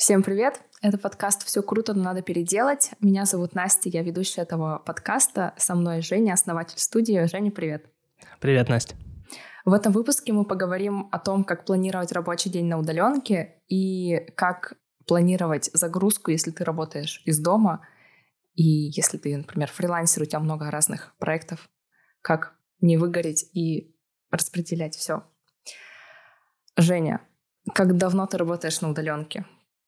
Всем привет! Это подкаст «Все круто, но надо переделать». Меня зовут Настя, я ведущая этого подкаста. Со мной Женя, основатель студии. Женя, привет! Привет, Настя! В этом выпуске мы поговорим о том, как планировать рабочий день на удаленке и как планировать загрузку, если ты работаешь из дома и если ты, например, фрилансер, у тебя много разных проектов, как не выгореть и распределять все. Женя, как давно ты работаешь на удаленке?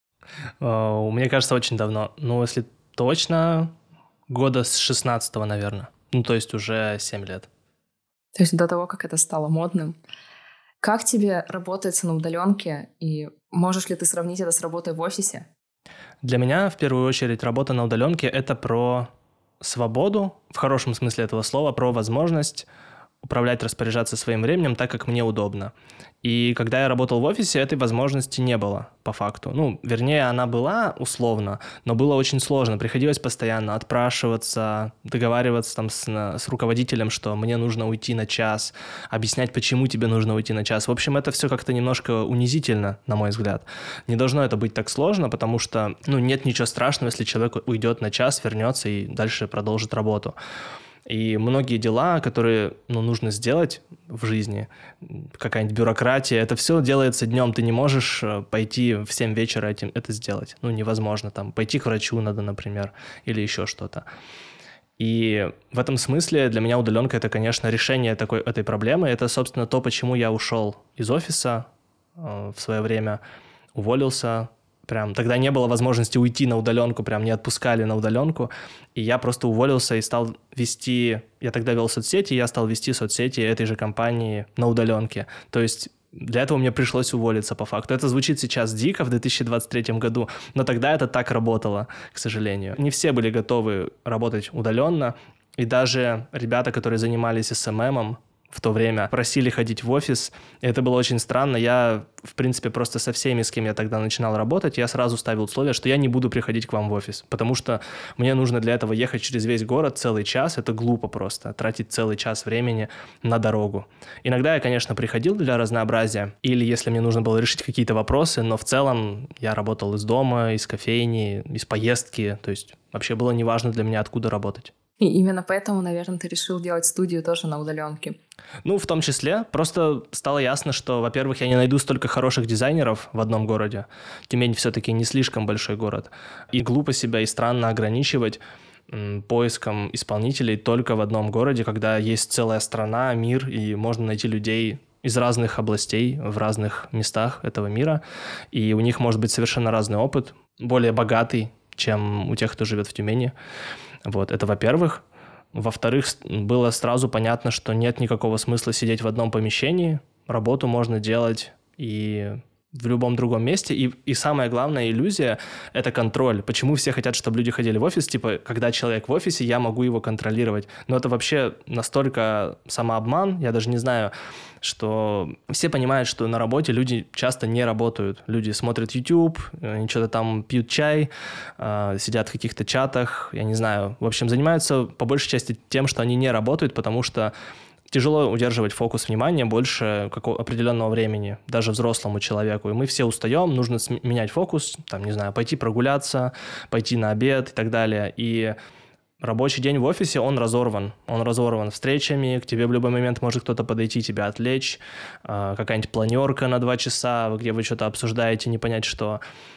Мне кажется, очень давно. Если точно, года с 16-го, наверное. То есть уже 7 лет. То есть до того, как это стало модным. Как тебе работается на удаленке, и можешь ли ты сравнить это с работой в офисе? Для меня, в первую очередь, работа на удаленке – это про свободу, в хорошем смысле этого слова, про возможность управлять, распоряжаться своим временем так, как мне удобно. И когда я работал в офисе, этой возможности не было, по факту. Вернее, она была условно, но было очень сложно. Приходилось постоянно отпрашиваться, договариваться там с руководителем, что мне нужно уйти на час, объяснять, почему тебе нужно уйти на час. В общем, это все как-то немножко унизительно, на мой взгляд. Не должно это быть так сложно, потому что нет ничего страшного, если человек уйдет на час, вернется и дальше продолжит работу. И многие дела, которые нужно сделать в жизни, какая-нибудь бюрократия, это все делается днем. Ты не можешь пойти в 7 вечера это сделать. Невозможно. Пойти к врачу надо, например, или еще что-то. И в этом смысле для меня удаленка – это, конечно, решение этой проблемы. Это, собственно, то, почему я ушел из офиса в свое время, уволился. Прям тогда не было возможности уйти на удаленку, прям не отпускали на удаленку. И я просто уволился и стал вести... Я тогда вел соцсети, я стал вести соцсети этой же компании на удаленке. То есть для этого мне пришлось уволиться по факту. Это звучит сейчас дико в 2023 году, но тогда это так работало, к сожалению. Не все были готовы работать удаленно. И даже ребята, которые занимались SMM-ом, в то время просили ходить в офис. И это было очень странно. Я, в принципе, просто со всеми, с кем я тогда начинал работать, я сразу ставил условие, что я не буду приходить к вам в офис, потому что мне нужно для этого ехать через весь город целый час. Это глупо просто, тратить целый час времени на дорогу. Иногда я, конечно, приходил для разнообразия, или если мне нужно было решить какие-то вопросы, но в целом я работал из дома, из кофейни, из поездки. То есть вообще было неважно для меня, откуда работать. И именно поэтому, наверное, ты решил делать студию тоже на удаленке. В том числе. Просто стало ясно, что, во-первых, я не найду столько хороших дизайнеров в одном городе. Тюмень все-таки не слишком большой город. И глупо себя и странно ограничивать поиском исполнителей только в одном городе, когда есть целая страна, мир, и можно найти людей из разных областей, в разных местах этого мира. И у них может быть совершенно разный опыт, более богатый, чем у тех, кто живет в Тюмени. Это во-первых. Во-вторых, было сразу понятно, что нет никакого смысла сидеть в одном помещении. Работу можно делать и в любом другом месте. И самая главная иллюзия – это контроль. Почему все хотят, чтобы люди ходили в офис? Когда человек в офисе, я могу его контролировать. Но это вообще настолько самообман, я даже не знаю, что все понимают, что на работе люди часто не работают. Люди смотрят YouTube, они что-то там пьют чай, сидят в каких-то чатах, я не знаю. В общем, занимаются по большей части тем, что они не работают, потому что тяжело удерживать фокус внимания больше определенного времени, даже взрослому человеку. И мы все устаем, нужно менять фокус, пойти прогуляться, пойти на обед и так далее. И рабочий день в офисе, он разорван. Он разорван встречами, к тебе в любой момент может кто-то подойти, тебя отвлечь, какая-нибудь планерка на 2 часа, где вы что-то обсуждаете, не понять что.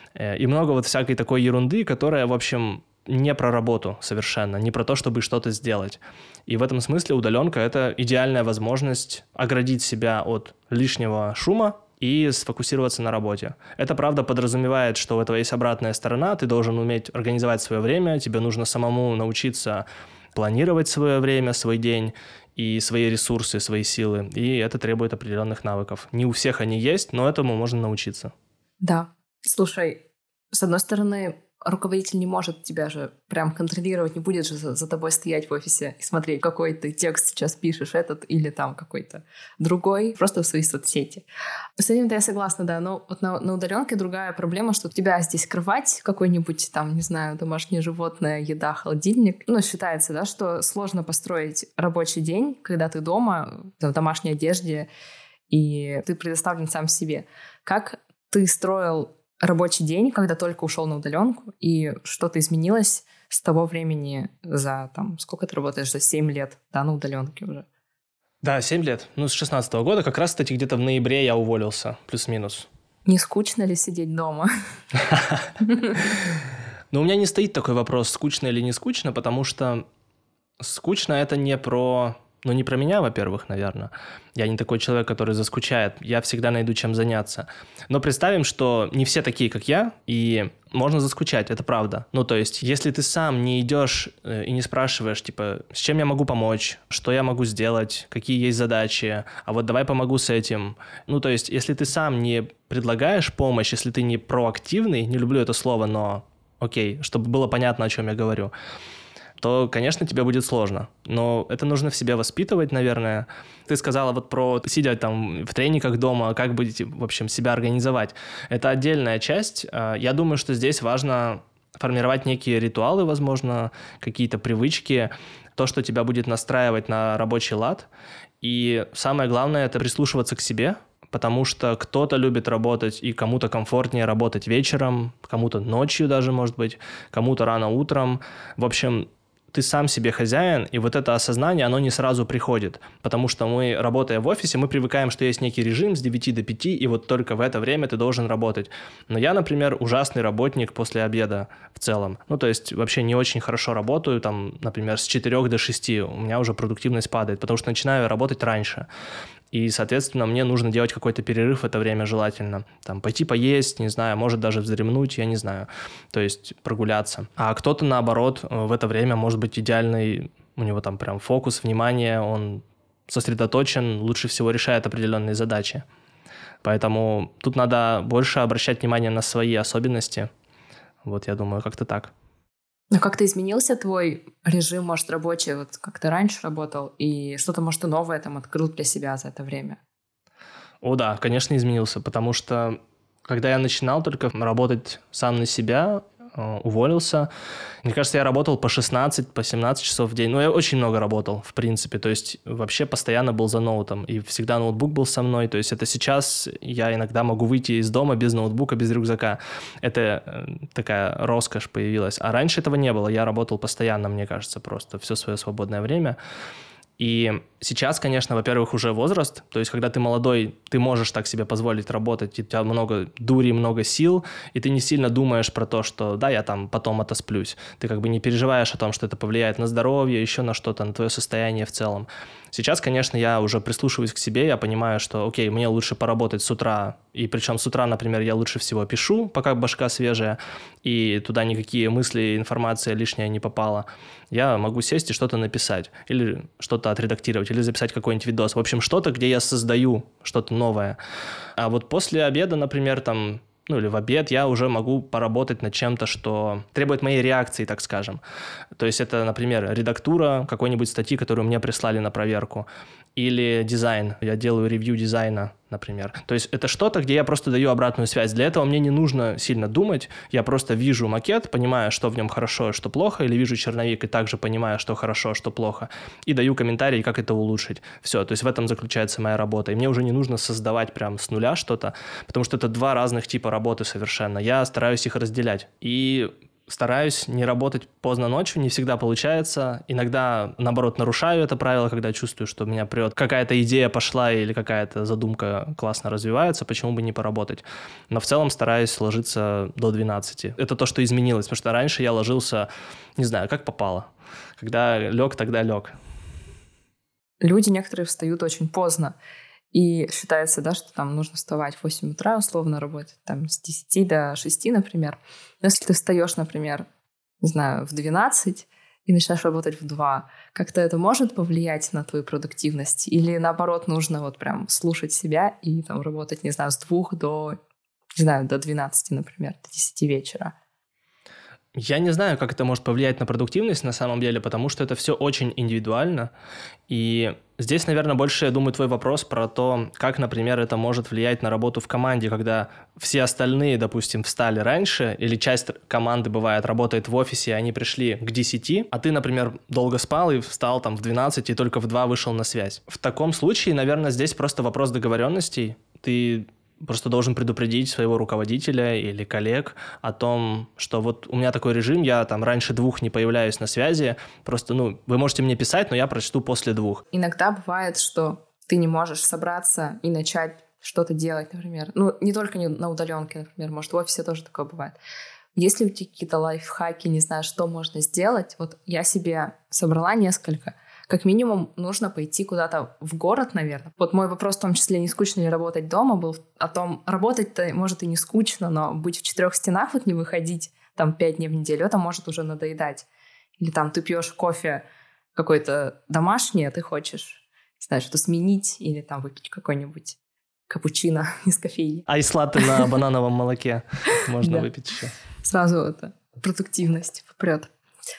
И много всякой такой ерунды, которая, в общем, не про работу совершенно, не про то, чтобы что-то сделать. И в этом смысле удаленка – это идеальная возможность оградить себя от лишнего шума и сфокусироваться на работе. Это, правда, подразумевает, что у этого есть обратная сторона, ты должен уметь организовать свое время, тебе нужно самому научиться планировать свое время, свой день и свои ресурсы, свои силы, и это требует определенных навыков. Не у всех они есть, но этому можно научиться. Да. Слушай, с одной стороны, руководитель не может тебя же прям контролировать, не будет же за тобой стоять в офисе и смотреть, какой ты текст сейчас пишешь, этот или там какой-то другой, просто в свои соцсети. С этим-то я согласна, да, но на удаленке другая проблема, что у тебя здесь кровать, какой-нибудь там, не знаю, домашнее животное, еда, холодильник. Считается, да, что сложно построить рабочий день, когда ты дома, в домашней одежде, и ты предоставлен сам себе. Как ты строил рабочий день, когда только ушел на удаленку, и что-то изменилось с того времени за, там, сколько ты работаешь, за 7 лет, да, на удаленке уже? Да, 7 лет. Ну, с 16-го года. Как раз, кстати, где-то в ноябре я уволился, плюс-минус. Не скучно ли сидеть дома? Но у меня не стоит такой вопрос, скучно или не скучно, потому что скучно это не про... Ну, не про меня, во-первых, наверное. Я не такой человек, который заскучает. Я всегда найду чем заняться. Но представим, что не все такие, как я, и можно заскучать, это правда. Ну, то есть, если ты сам не идешь и не спрашиваешь, типа, с чем я могу помочь, что я могу сделать, какие есть задачи, а вот давай помогу с этим. Ну, то есть, если ты сам не предлагаешь помощь, если ты не проактивный, не люблю это слово, но окей, чтобы было понятно, о чем я говорю, то, конечно, тебе будет сложно. Но это нужно в себе воспитывать, наверное. Ты сказала вот про сидя там в тренингах дома, как быть, в общем, себя организовать. Это отдельная часть. Я думаю, что здесь важно формировать некие ритуалы, возможно, какие-то привычки, то, что тебя будет настраивать на рабочий лад. И самое главное – это прислушиваться к себе, потому что кто-то любит работать, и кому-то комфортнее работать вечером, кому-то ночью даже, может быть, кому-то рано утром. В общем, ты сам себе хозяин, и вот это осознание, оно не сразу приходит, потому что мы, работая в офисе, мы привыкаем, что есть некий режим с 9 до 5, и вот только в это время ты должен работать. Но я, например, ужасный работник после обеда в целом. Ну, то есть вообще не очень хорошо работаю, там, например, с 4 до 6 у меня уже продуктивность падает, потому что начинаю работать раньше. И, соответственно, мне нужно делать какой-то перерыв в это время желательно. Там, пойти поесть, не знаю, может даже вздремнуть, я не знаю. То есть прогуляться. А кто-то, наоборот, в это время может быть идеальный, у него там прям фокус, внимание, он сосредоточен, лучше всего решает определенные задачи. Поэтому тут надо больше обращать внимание на свои особенности. Вот я думаю, как-то так. Ну, как-то изменился твой режим, может, рабочий, вот как ты раньше работал, и что-то, может, ты новое там открыл для себя за это время? О, да, конечно, изменился, потому что когда я начинал только работать сам на себя, уволился, мне кажется, я работал по 16, по 17 часов в день. Ну, я очень много работал, в принципе, то есть вообще постоянно был за ноутом, и всегда ноутбук был со мной, то есть это сейчас я иногда могу выйти из дома без ноутбука, без рюкзака. Это такая роскошь появилась. А раньше этого не было, я работал постоянно, мне кажется, просто все свое свободное время. И сейчас, конечно, во-первых, уже возраст, то есть когда ты молодой, ты можешь так себе позволить работать, и у тебя много дури, много сил, и ты не сильно думаешь про то, что да, я там потом отосплюсь. Ты как бы не переживаешь о том, что это повлияет на здоровье, еще на что-то, на твое состояние в целом. Сейчас, конечно, я уже прислушиваюсь к себе, я понимаю, что окей, мне лучше поработать с утра, и причем с утра, например, я лучше всего пишу, пока башка свежая, и туда никакие мысли, информация лишняя не попала. Я могу сесть и что-то написать, или что-то отредактировать, или записать какой-нибудь видос. В общем, что-то, где я создаю что-то новое. А вот после обеда, например, там, ну или в обед я уже могу поработать над чем-то, что требует моей реакции, так скажем. То есть это, например, редактура какой-нибудь статьи, которую мне прислали на проверку, или дизайн. Я делаю ревью дизайна, например. То есть это что-то, где я просто даю обратную связь. Для этого мне не нужно сильно думать. Я просто вижу макет, понимаю, что в нем хорошо, что плохо, или вижу черновик и также понимаю, что хорошо, что плохо, и даю комментарий, как это улучшить. Все, то есть в этом заключается моя работа. И мне уже не нужно создавать прям с нуля что-то, потому что это два разных типа работы совершенно. Я стараюсь их разделять. И стараюсь не работать поздно ночью, не всегда получается. Иногда, наоборот, нарушаю это правило, когда чувствую, что меня прет. Какая-то идея пошла или какая-то задумка классно развивается, почему бы не поработать. Но в целом стараюсь ложиться до 12. Это то, что изменилось, потому что раньше я ложился, не знаю, как попало. Когда лег, тогда лег. Люди некоторые встают очень поздно. И считается, да, что там нужно вставать в 8 утра, условно работать там с 10 до 6, например. Но если ты встаешь, например, не знаю, в 12 и начинаешь работать в 2, как-то это может повлиять на твою продуктивность? Или наоборот, нужно вот прям слушать себя и там работать, не знаю, с 2 до, не знаю, до 12, например, до 10 вечера? Я не знаю, как это может повлиять на продуктивность на самом деле, потому что это все очень индивидуально. И здесь, наверное, больше, я думаю, твой вопрос про то, как, например, это может влиять на работу в команде, когда все остальные, допустим, встали раньше, или часть команды, бывает, работает в офисе, и они пришли к 10, а ты, например, долго спал и встал там в 12, и только в 2 вышел на связь. В таком случае, наверное, здесь просто вопрос договоренностей. Ты просто должен предупредить своего руководителя или коллег о том, что вот у меня такой режим, я там раньше 2 не появляюсь на связи, просто, вы можете мне писать, но я прочту после 2. Иногда бывает, что ты не можешь собраться и начать что-то делать, например. Не только на удаленке, например, может, в офисе тоже такое бывает. Есть ли у тебя какие-то лайфхаки, не знаю, что можно сделать? Вот я себе собрала несколько. Как минимум, нужно пойти куда-то в город, наверное. Вот мой вопрос в том числе, не скучно ли работать дома, был о том, работать-то, может, и не скучно, но быть в 4 стенах, вот не выходить там 5 дней в неделю, это может уже надоедать. Или там ты пьешь кофе какой-то домашний, а ты хочешь, не знаю, что-то сменить, или там выпить какой-нибудь капучино из кофейни. Айс-латте на банановом молоке можно выпить еще. Сразу это продуктивность попрет.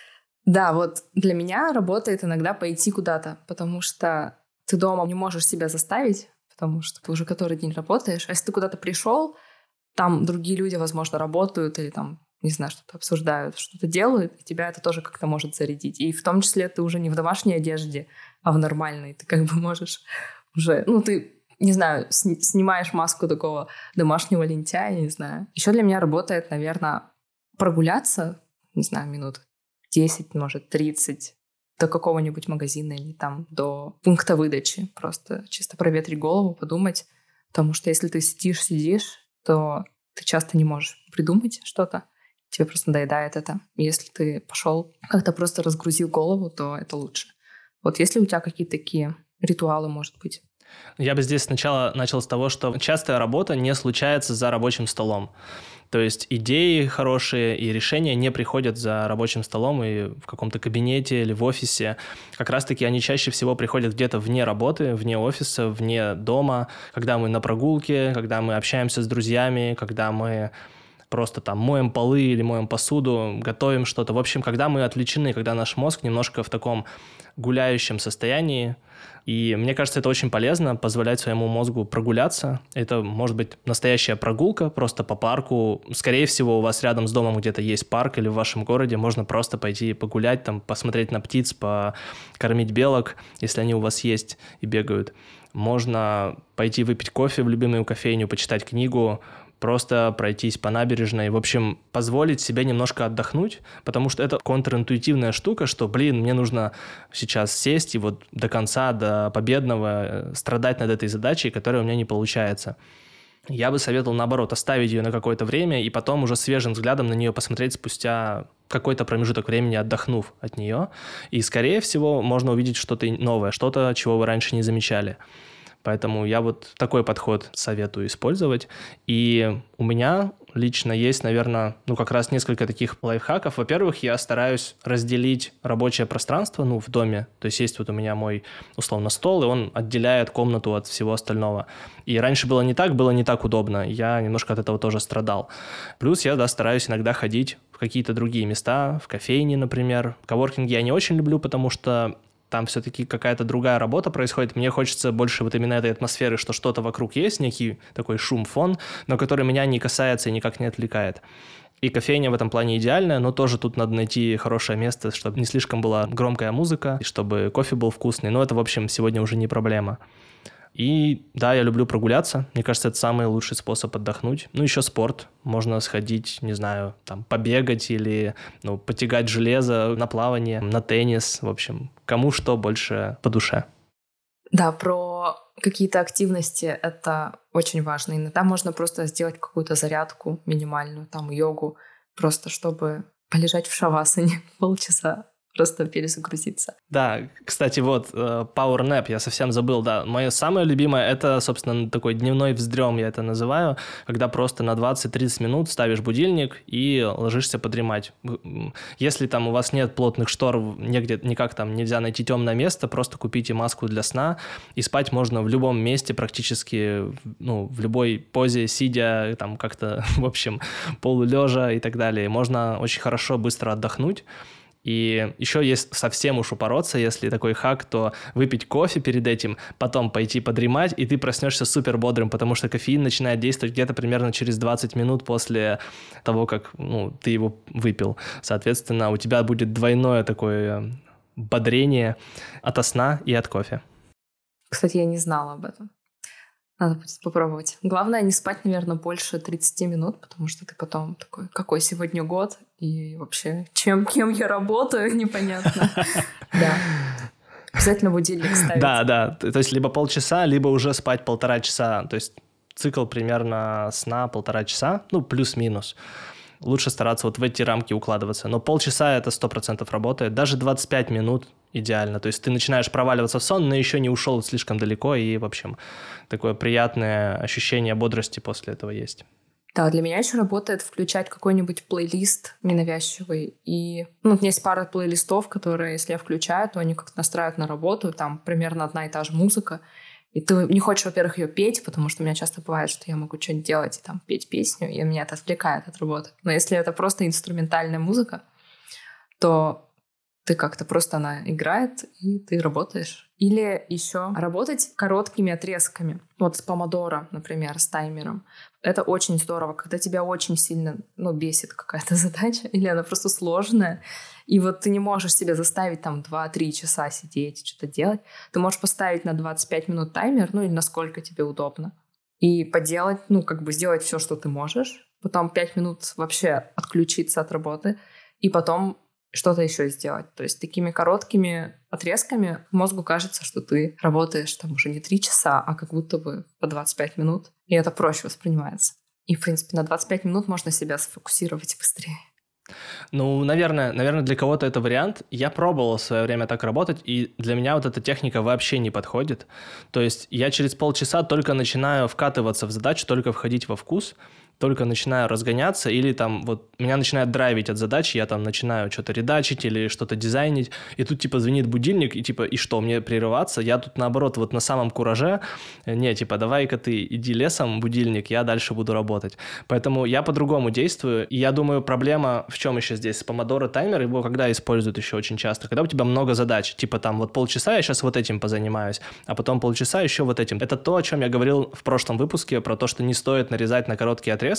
Да, вот для меня работает иногда пойти куда-то, потому что ты дома не можешь себя заставить, потому что ты уже который день работаешь. А если ты куда-то пришел, там другие люди, возможно, работают или там, не знаю, что-то обсуждают, что-то делают, и тебя это тоже как-то может зарядить. И в том числе ты уже не в домашней одежде, а в нормальной. Ты как бы можешь уже... ты, не знаю, снимаешь маску такого домашнего лентяя, не знаю. Еще для меня работает, наверное, прогуляться, не знаю, минут 10, может, 30 до какого-нибудь магазина или там до пункта выдачи. Просто чисто проветрить голову, подумать. Потому что если ты сидишь, то ты часто не можешь придумать что-то. Тебе просто надоедает это. Если ты пошел, как-то просто разгрузил голову, то это лучше. Вот есть ли у тебя какие-то такие ритуалы, может быть? Я бы здесь сначала начал с того, что частая работа не случается за рабочим столом. То есть идеи хорошие и решения не приходят за рабочим столом и в каком-то кабинете или в офисе. Как раз-таки они чаще всего приходят где-то вне работы, вне офиса, вне дома, когда мы на прогулке, когда мы общаемся с друзьями, когда мы просто там моем полы или моем посуду, готовим что-то. В общем, когда мы отвлечены, когда наш мозг немножко в таком гуляющем состоянии. И мне кажется, это очень полезно, позволять своему мозгу прогуляться. Это может быть настоящая прогулка просто по парку. Скорее всего, у вас рядом с домом где-то есть парк или в вашем городе можно просто пойти погулять, там, посмотреть на птиц, покормить белок, если они у вас есть и бегают. Можно пойти выпить кофе в любимую кофейню, почитать книгу, просто пройтись по набережной, в общем, позволить себе немножко отдохнуть, потому что это контринтуитивная штука, что, мне нужно сейчас сесть и вот до конца, до победного страдать над этой задачей, которая у меня не получается. Я бы советовал, наоборот, оставить ее на какое-то время и потом уже свежим взглядом на нее посмотреть спустя какой-то промежуток времени, отдохнув от нее. И, скорее всего, можно увидеть что-то новое, что-то, чего вы раньше не замечали. Поэтому я вот такой подход советую использовать. И у меня лично есть, наверное, как раз несколько таких лайфхаков. Во-первых, я стараюсь разделить рабочее пространство, в доме. То есть вот у меня мой, условно, стол, и он отделяет комнату от всего остального. И раньше было не так удобно. Я немножко от этого тоже страдал. Плюс я, стараюсь иногда ходить в какие-то другие места, в кофейни, например. Коворкинги я не очень люблю, потому что там все-таки какая-то другая работа происходит. Мне хочется больше вот именно этой атмосферы, что что-то вокруг есть, некий такой шум-фон, но который меня не касается и никак не отвлекает. И кофейня в этом плане идеальная, но тоже тут надо найти хорошее место, чтобы не слишком была громкая музыка, чтобы кофе был вкусный. Но это, в общем, сегодня уже не проблема. И да, я люблю прогуляться. Мне кажется, это самый лучший способ отдохнуть. Еще спорт. Можно сходить, не знаю, там, побегать или потягать железо на плавание, на теннис. В общем, кому что больше по душе. Да, про какие-то активности это очень важно. Иногда можно просто сделать какую-то зарядку минимальную, там, йогу, просто чтобы полежать в шавасане полчаса. Просто перезагрузиться. Да, кстати, Power Nap, я совсем забыл, да. Мое самое любимое, это, собственно, такой дневной вздрем, я это называю, когда просто на 20-30 минут ставишь будильник и ложишься подремать. Если там у вас нет плотных штор, никак там нельзя найти темное место, просто купите маску для сна, и спать можно в любом месте практически, в любой позе, сидя, там как-то, в общем, полулежа и так далее. Можно очень хорошо, быстро отдохнуть. И еще есть совсем уж упороться, если такой хак, то выпить кофе перед этим, потом пойти подремать, и ты проснешься супер бодрым, потому что кофеин начинает действовать где-то примерно через 20 минут после того, как ты его выпил. Соответственно, у тебя будет двойное такое бодрение ото сна и от кофе. Кстати, я не знала об этом. Надо будет попробовать. Главное не спать, наверное, больше 30 минут, потому что ты потом такой, какой сегодня год, и вообще, кем я работаю, непонятно. Да. Обязательно будильник ставить. Да. То есть либо полчаса, либо уже спать 1,5 часа. То есть цикл примерно сна 1,5 часа, ну, плюс-минус. Лучше стараться вот в эти рамки укладываться. Но полчаса это 100% работает. Даже 25 минут идеально. То есть ты начинаешь проваливаться в сон, но еще не ушел слишком далеко. И, в общем, такое приятное ощущение бодрости после этого есть. Да, для меня еще работает включать какой-нибудь плейлист ненавязчивый. И у меня есть пара плейлистов, которые, если я включаю, то они как-то настраивают на работу. Там примерно одна и та же музыка. И ты не хочешь, во-первых, ее петь, потому что у меня часто бывает, что я могу что-нибудь делать и там петь песню, и меня это отвлекает от работы. Но если это просто инструментальная музыка, то ты как-то просто она играет, и ты работаешь. Или еще работать короткими отрезками. Вот с помодоро, например, с таймером. Это очень здорово, когда тебя очень сильно бесит какая-то задача, или она просто сложная, и вот ты не можешь себя заставить там 2-3 часа сидеть, что-то делать. Ты можешь поставить на 25 минут таймер, или насколько тебе удобно, и поделать, сделать все, что ты можешь. Потом 5 минут вообще отключиться от работы, и потом что-то еще сделать. То есть такими короткими отрезками мозгу кажется, что ты работаешь там уже не 3 часа, а как будто бы по 25 минут. И это проще воспринимается. И, в принципе, на 25 минут можно себя сфокусировать быстрее. Ну, наверное, для кого-то это вариант. Я пробовал в свое время так работать, и для меня вот эта техника вообще не подходит. То есть я через полчаса только начинаю вкатываться в задачу, только входить во вкус, только начинаю разгоняться, или там вот меня начинает драйвить от задачи, я там начинаю что-то редачить или что-то дизайнить, и тут типа звенит будильник, и типа, и что, мне прерываться? Я тут наоборот вот на самом кураже, не, типа, давай-ка ты иди лесом, будильник, я дальше буду работать. Поэтому я по-другому действую, и я думаю, проблема в чем еще здесь? С помодоро таймер, его когда используют еще очень часто? Когда у тебя много задач, типа там вот полчаса я сейчас вот этим позанимаюсь, а потом полчаса еще вот этим. Это то, о чем я говорил в прошлом выпуске, про то, что не стоит нарезать на короткие отрезки.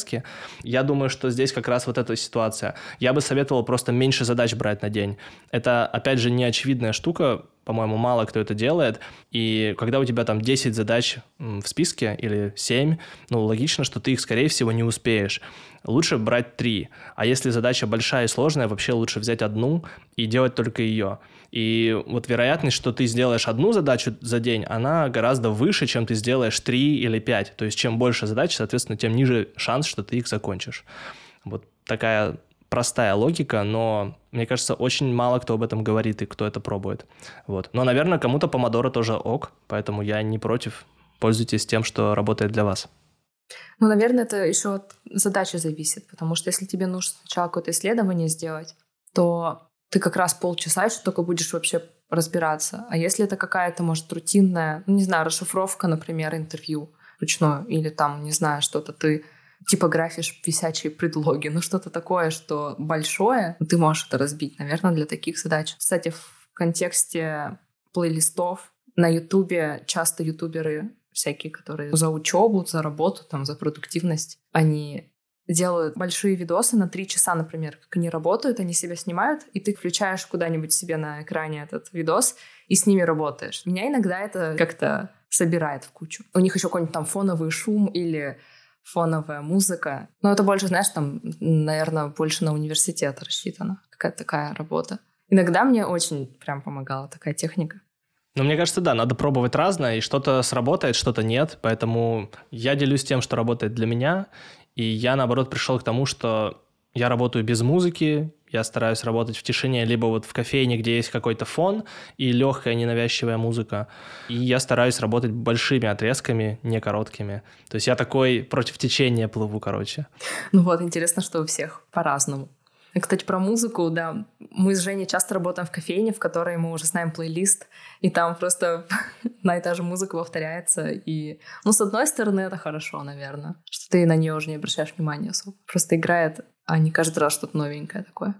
Я думаю, что здесь как раз вот эта ситуация. Я бы советовал просто меньше задач брать на день. Это, опять же, не очевидная штука, по-моему, мало кто это делает. И когда у тебя там 10 задач в списке или 7, логично, что ты их, скорее всего, не успеешь. Лучше брать 3. А если задача большая и сложная, вообще лучше взять одну и делать только ее. И вот вероятность, что ты сделаешь одну задачу за день, она гораздо выше, чем ты сделаешь 3 или 5. То есть чем больше задач, соответственно, тем ниже шанс, что ты их закончишь. Вот такая простая логика, но, мне кажется, очень мало кто об этом говорит и кто это пробует. Вот. Но, наверное, кому-то помодоро тоже ок, поэтому я не против. Пользуйтесь тем, что работает для вас. Наверное, это еще от задачи зависит, потому что если тебе нужно сначала какое-то исследование сделать, то ты как раз полчаса еще только будешь вообще разбираться. А если это какая-то, может, рутинная, расшифровка, например, интервью ручное, или там, не знаю, что-то ты типографишь висячие предлоги, что-то такое, что большое, ты можешь это разбить, наверное, для таких задач. Кстати, в контексте плейлистов на Ютубе часто ютуберы всякие, которые за учебу, за работу, за продуктивность, они делают большие видосы на 3 часа, например, как они работают, они себя снимают, и ты включаешь куда-нибудь себе на экране этот видос и с ними работаешь. Меня иногда это как-то собирает в кучу. У них еще какой-нибудь там фоновый шум или фоновая музыка. Это больше, наверное, больше на университет рассчитано. Какая-то такая работа. Иногда мне очень прям помогала такая техника. Мне кажется, да, надо пробовать разное, и что-то сработает, что-то нет, поэтому я делюсь тем, что работает для меня, и я, наоборот, пришел к тому, что я работаю без музыки, я стараюсь работать в тишине, либо вот в кофейне, где есть какой-то фон и легкая ненавязчивая музыка, и я стараюсь работать большими отрезками, не короткими. То есть я такой против течения плыву, короче. Интересно, что у всех по-разному. Кстати, про музыку, да. Мы с Женей часто работаем в кофейне, в которой мы уже знаем плейлист, и там просто одна и та же музыка повторяется. И, с одной стороны, это хорошо, наверное, что ты на нее уже не обращаешь внимания особо. Просто играет, а не каждый раз что-то новенькое такое.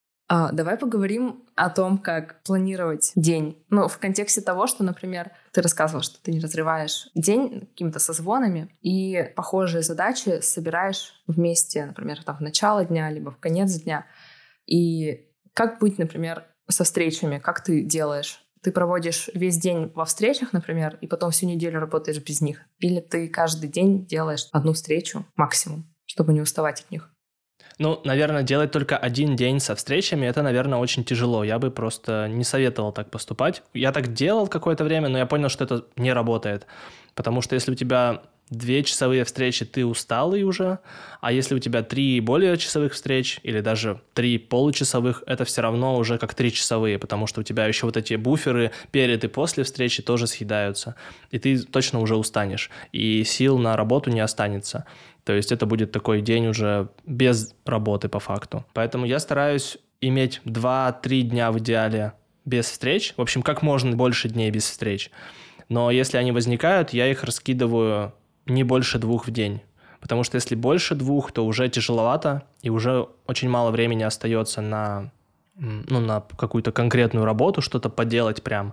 Давай поговорим о том, как планировать день. В контексте того, что, например, ты рассказывал, что ты не разрываешь день какими-то созвонами, и похожие задачи собираешь вместе, например, в начало дня, либо в конец дня. И как быть, например, со встречами? Как ты делаешь? Ты проводишь весь день во встречах, например, и потом всю неделю работаешь без них? Или ты каждый день делаешь одну встречу максимум, чтобы не уставать от них? Ну, наверное, делать только один день со встречами, это, наверное, очень тяжело. Я бы просто не советовал так поступать. Я так делал какое-то время, но я понял, что это не работает. Потому что если у тебя 2-часовые встречи, ты усталый уже, а если у тебя 3 более часовых встреч или даже 3 получасовых, это все равно уже как 3-часовые, потому что у тебя еще вот эти буферы перед и после встречи тоже съедаются, и ты точно уже устанешь, и сил на работу не останется. То есть это будет такой день уже без работы по факту. Поэтому я стараюсь иметь 2-3 дня в идеале без встреч, в общем, как можно больше дней без встреч. Но если они возникают, я их раскидываю не больше 2 в день. Потому что если больше 2, то уже тяжеловато, и уже очень мало времени остается на какую-то конкретную работу, что-то поделать прям.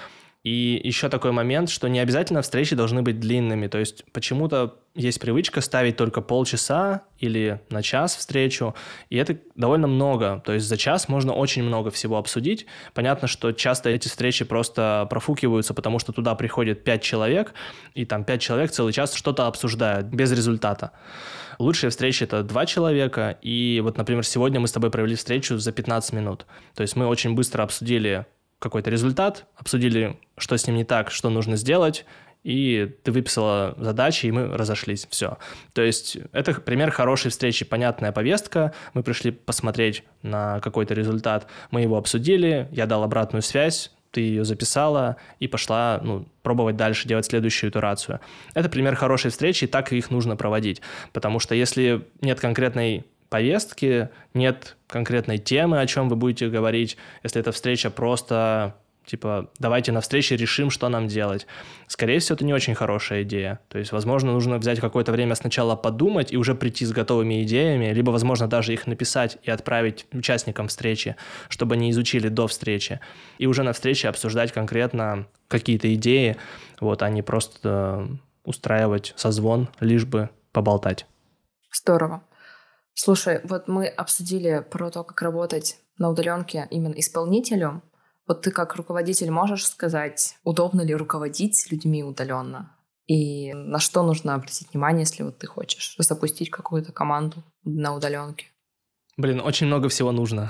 И еще такой момент, что не обязательно встречи должны быть длинными. То есть почему-то есть привычка ставить только полчаса или на час встречу, и это довольно много. То есть за час можно очень много всего обсудить. Понятно, что часто эти встречи просто профукиваются, потому что туда приходит 5 человек, и там 5 человек целый час что-то обсуждают без результата. Лучшие встречи – это 2 человека, и вот, например, сегодня мы с тобой провели встречу за 15 минут. То есть мы очень быстро обсудили какой-то результат, обсудили, что с ним не так, что нужно сделать, и ты выписала задачи, и мы разошлись. Все. То есть это пример хорошей встречи, понятная повестка. Мы пришли посмотреть на какой-то результат, мы его обсудили, я дал обратную связь, ты ее записала и пошла пробовать дальше, делать следующую итерацию. Это пример хорошей встречи, и так их нужно проводить. Потому что если нет конкретной повестки, нет конкретной темы, о чем вы будете говорить, если эта встреча просто давайте на встрече решим, что нам делать. Скорее всего, это не очень хорошая идея. То есть, возможно, нужно взять какое-то время сначала подумать и уже прийти с готовыми идеями, либо, возможно, даже их написать и отправить участникам встречи, чтобы они изучили до встречи. И уже на встрече обсуждать конкретно какие-то идеи, а не просто устраивать созвон, лишь бы поболтать. Здорово. Слушай, вот мы обсудили про то, как работать на удаленке именно исполнителю. Вот ты как руководитель можешь сказать, удобно ли руководить людьми удаленно? И на что нужно обратить внимание, если ты хочешь запустить какую-то команду на удаленке? Очень много всего нужно.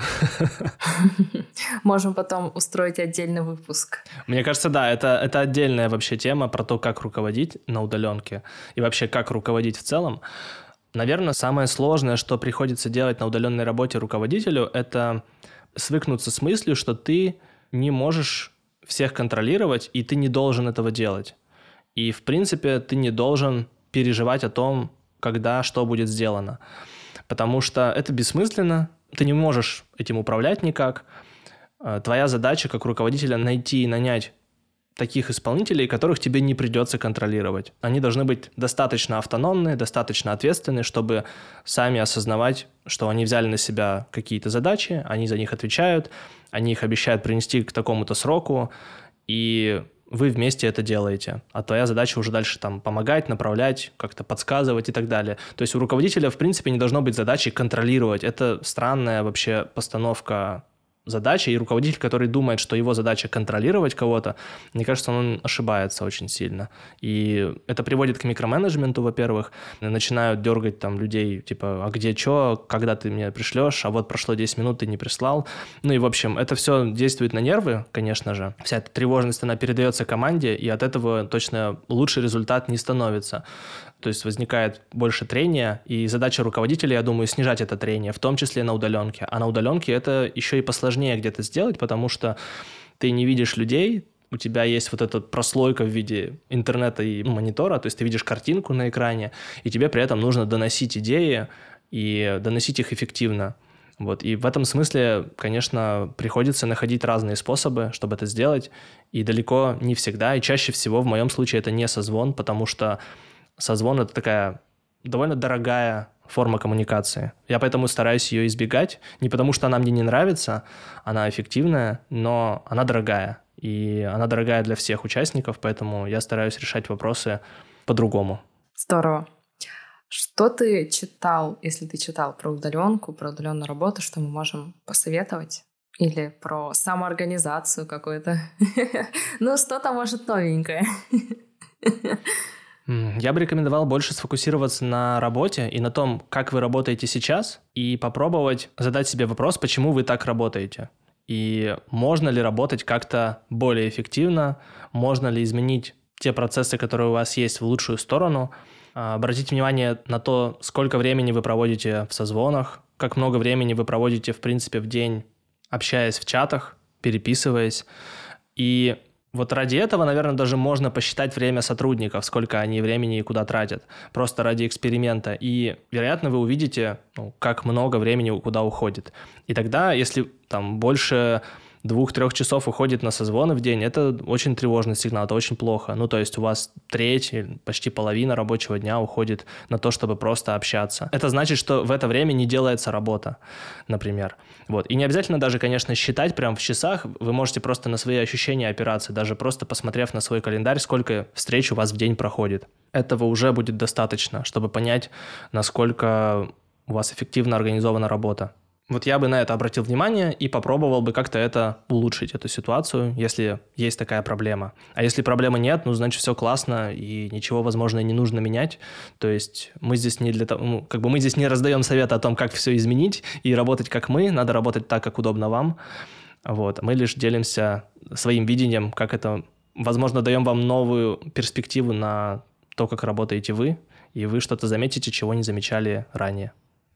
Можем потом устроить отдельный выпуск. Мне кажется, да, это отдельная вообще тема про то, как руководить на удаленке и вообще как руководить в целом. Наверное, самое сложное, что приходится делать на удаленной работе руководителю, это свыкнуться с мыслью, что ты не можешь всех контролировать, и ты не должен этого делать. И, в принципе, ты не должен переживать о том, когда что будет сделано. Потому что это бессмысленно, ты не можешь этим управлять никак. Твоя задача как руководителя найти и нанять таких исполнителей, которых тебе не придется контролировать. Они должны быть достаточно автономны, достаточно ответственны, чтобы сами осознавать, что они взяли на себя какие-то задачи, они за них отвечают, они их обещают принести к такому-то сроку, и вы вместе это делаете. А твоя задача уже дальше помогать, направлять, как-то подсказывать и так далее. То есть у руководителя, в принципе, не должно быть задачи контролировать. Это странная вообще постановка задача, и руководитель, который думает, что его задача контролировать кого-то, мне кажется, он ошибается очень сильно. И это приводит к микроменеджменту, во-первых. Начинают дергать людей, а где что, когда ты мне пришлешь, а вот прошло 10 минут, ты не прислал. И, в общем, это все действует на нервы, конечно же. Вся эта тревожность, она передается команде, и от этого точно лучший результат не становится. То есть возникает больше трения, и задача руководителя, я думаю, снижать это трение, в том числе на удаленке. А на удаленке это еще и посложнее где-то сделать, потому что ты не видишь людей, у тебя есть вот эта прослойка в виде интернета и монитора, то есть ты видишь картинку на экране, и тебе при этом нужно доносить идеи и доносить их эффективно. И в этом смысле, конечно, приходится находить разные способы, чтобы это сделать, и далеко не всегда, и чаще всего в моем случае это не созвон, потому что созвон – это такая довольно дорогая форма коммуникации. Я поэтому стараюсь ее избегать. Не потому, что она мне не нравится, она эффективная, но она дорогая. И она дорогая для всех участников, поэтому я стараюсь решать вопросы по-другому. Здорово. Что ты читал, если ты читал про удаленку, про удаленную работу, что мы можем посоветовать Или про самоорганизацию какую-то. Ну, что-то, может, новенькое. Я бы рекомендовал больше сфокусироваться на работе и на том, как вы работаете сейчас, и попробовать задать себе вопрос, почему вы так работаете. И можно ли работать как-то более эффективно, можно ли изменить те процессы, которые у вас есть, в лучшую сторону. Обратите внимание на то, сколько времени вы проводите в созвонах, как много времени вы проводите, в принципе, в день, общаясь в чатах, переписываясь. И вот ради этого, наверное, даже можно посчитать время сотрудников, сколько они времени и куда тратят, просто ради эксперимента. И, вероятно, вы увидите, как много времени куда уходит. И тогда, если там больше 2-3 часов уходит на созвоны в день, это очень тревожный сигнал, это очень плохо. Ну, то есть у вас треть, почти половина рабочего дня уходит на то, чтобы просто общаться. Это значит, что в это время не делается работа, например. Вот. И не обязательно даже, конечно, считать прямо в часах, вы можете просто на свои ощущения опираться, даже просто посмотрев на свой календарь, сколько встреч у вас в день проходит. Этого уже будет достаточно, чтобы понять, насколько у вас эффективно организована работа. Вот я бы на это обратил внимание и попробовал бы как-то это улучшить, эту ситуацию, если есть такая проблема. А если проблемы нет, значит, все классно и ничего, возможно, не нужно менять. То есть мы здесь не для того, мы здесь не раздаем советы о том, как все изменить и работать как мы, надо работать так, как удобно вам. Вот. Мы лишь делимся своим видением, как это, возможно, даем вам новую перспективу на то, как работаете вы, и вы что-то заметите, чего не замечали ранее.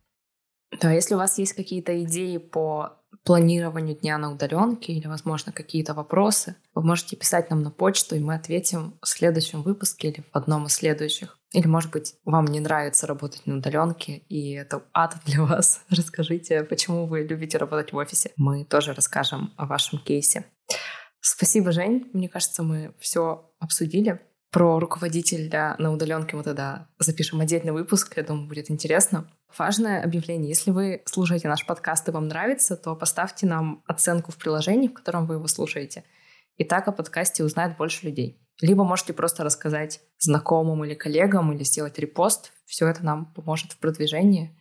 Да, если у вас есть какие-то идеи по планированию дня на удаленке или, возможно, какие-то вопросы, вы можете писать нам на почту, и мы ответим в следующем выпуске или в одном из следующих. Или, может быть, вам не нравится работать на удаленке, и это ад для вас. Расскажите, почему вы любите работать в офисе. Мы тоже расскажем о вашем кейсе. Спасибо, Жень. Мне кажется, мы все обсудили. Про руководителя на удаленке мы тогда запишем отдельный выпуск. Я думаю, будет интересно. Важное объявление. Если вы слушаете наш подкаст и вам нравится, то поставьте нам оценку в приложении, в котором вы его слушаете. И так о подкасте узнает больше людей. Либо можете просто рассказать знакомым или коллегам, или сделать репост. Все это нам поможет в продвижении.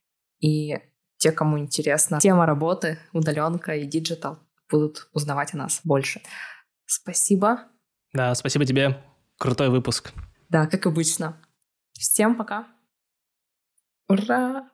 И те, кому интересна тема работы, удаленка и диджитал, будут узнавать о нас больше. Спасибо. Да, спасибо тебе. Крутой выпуск. Да, как обычно. Всем пока. Ура!